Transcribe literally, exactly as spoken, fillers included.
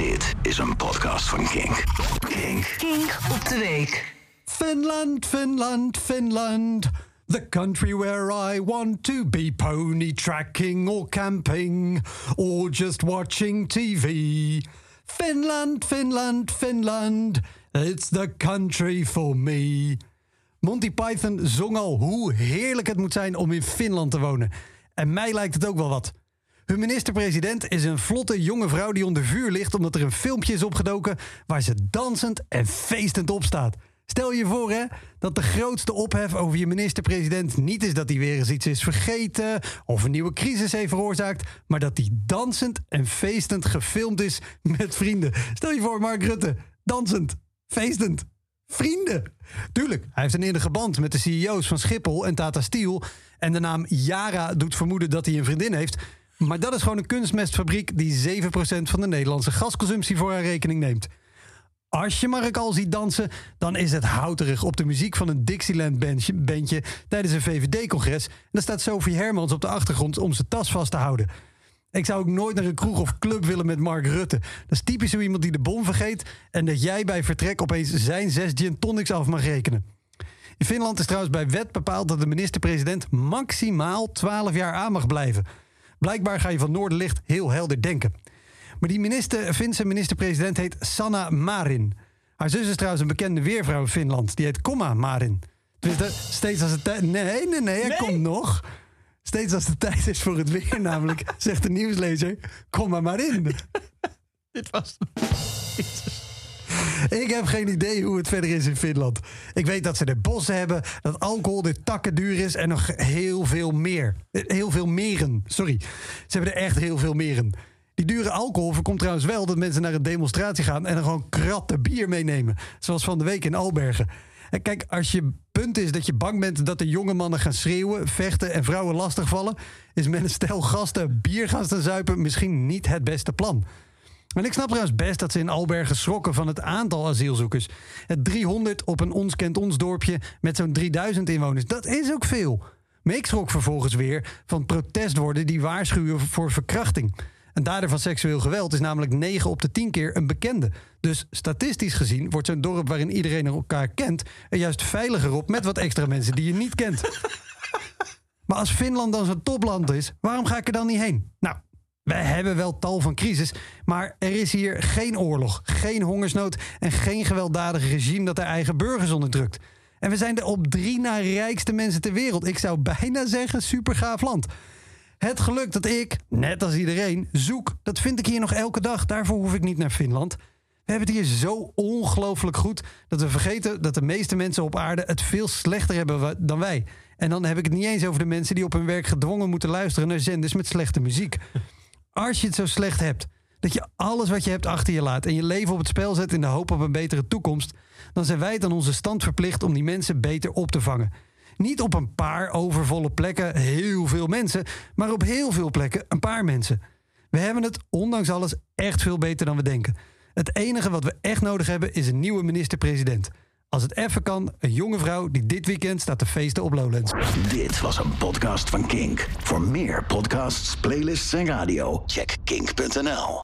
Dit is een podcast van Kink. Kink. Kink op de week. Finland, Finland, Finland. The country where I want to be. Pony tracking or camping. Or just watching T V. Finland, Finland, Finland. It's the country for me. Monty Python zong al hoe heerlijk het moet zijn om in Finland te wonen. En mij lijkt het ook wel wat. Hun minister-president is een vlotte jonge vrouw die onder vuur ligt omdat er een filmpje is opgedoken waar ze dansend en feestend op staat. Stel je voor hè, dat de grootste ophef over je minister-president niet is dat hij weer eens iets is vergeten of een nieuwe crisis heeft veroorzaakt, maar dat hij dansend en feestend gefilmd is met vrienden. Stel je voor Mark Rutte, dansend, feestend, vrienden. Tuurlijk, hij heeft een innige band met de C E O's van Schiphol en Tata Steel en de naam Yara doet vermoeden dat hij een vriendin heeft. Maar dat is gewoon een kunstmestfabriek die zeven procent van de Nederlandse gasconsumptie voor haar rekening neemt. Als je Mark al ziet dansen, dan is het houterig op de muziek van een Dixieland-bandje tijdens een V V D-congres. En dan staat Sophie Hermans op de achtergrond om zijn tas vast te houden. Ik zou ook nooit naar een kroeg of club willen met Mark Rutte. Dat is typisch zo iemand die de bom vergeet en dat jij bij vertrek opeens zijn zes gin tonics af mag rekenen. In Finland is trouwens bij wet bepaald dat de minister-president maximaal twaalf jaar aan mag blijven. Blijkbaar ga je van Noorderlicht heel helder denken. Maar die minister, Finse minister-president heet Sanna Marin. Haar zus is trouwens een bekende weervrouw in Finland. Die heet Comma Marin. Tenminste, steeds als het tijd... Nee, nee, nee, hij nee. komt nog. Steeds als het tijd is voor het weer namelijk, zegt de nieuwslezer, Comma Marin. Dit was... Ik heb geen idee hoe het verder is in Finland. Ik weet dat ze er bossen hebben, dat alcohol er takken duur is en nog heel veel meer. Heel veel meren, sorry. Ze hebben er echt heel veel meren. Die dure alcohol voorkomt trouwens wel dat mensen naar een demonstratie gaan en dan gewoon kratten bier meenemen. Zoals van de week in Albergen. En kijk, als je punt is dat je bang bent dat de jonge mannen gaan schreeuwen, vechten en vrouwen lastigvallen, is met een stel gasten bier gaan staan zuipen misschien niet het beste plan. En ik snap trouwens best dat ze in Albergen schrokken van het aantal asielzoekers. Het driehonderd op een ons kent ons dorpje met zo'n drieduizend inwoners, dat is ook veel. Maar ik schrok vervolgens weer van protestwoorden die waarschuwen voor verkrachting. Een dader van seksueel geweld is namelijk negen op de tien keer een bekende. Dus statistisch gezien wordt zo'n dorp waarin iedereen elkaar kent er juist veiliger op met wat extra mensen die je niet kent. Maar als Finland dan zo'n topland is, waarom ga ik er dan niet heen? Nou, wij hebben wel tal van crisis, maar er is hier geen oorlog, geen hongersnood en geen gewelddadig regime dat de eigen burgers onderdrukt. En we zijn de op drie na rijkste mensen ter wereld. Ik zou bijna zeggen, supergaaf land. Het geluk dat ik, net als iedereen, zoek, dat vind ik hier nog elke dag. Daarvoor hoef ik niet naar Finland. We hebben het hier zo ongelooflijk goed dat we vergeten dat de meeste mensen op aarde het veel slechter hebben dan wij. En dan heb ik het niet eens over de mensen die op hun werk gedwongen moeten luisteren naar zenders met slechte muziek. Als je het zo slecht hebt, dat je alles wat je hebt achter je laat en je leven op het spel zet in de hoop op een betere toekomst, dan zijn wij het aan onze stand verplicht om die mensen beter op te vangen. Niet op een paar overvolle plekken heel veel mensen, maar op heel veel plekken een paar mensen. We hebben het, ondanks alles, echt veel beter dan we denken. Het enige wat we echt nodig hebben is een nieuwe minister-president. Als het even kan, een jonge vrouw die dit weekend staat te feesten op Lowlands. Dit was een podcast van Kink. Voor meer podcasts, playlists en radio, check kink punt n l.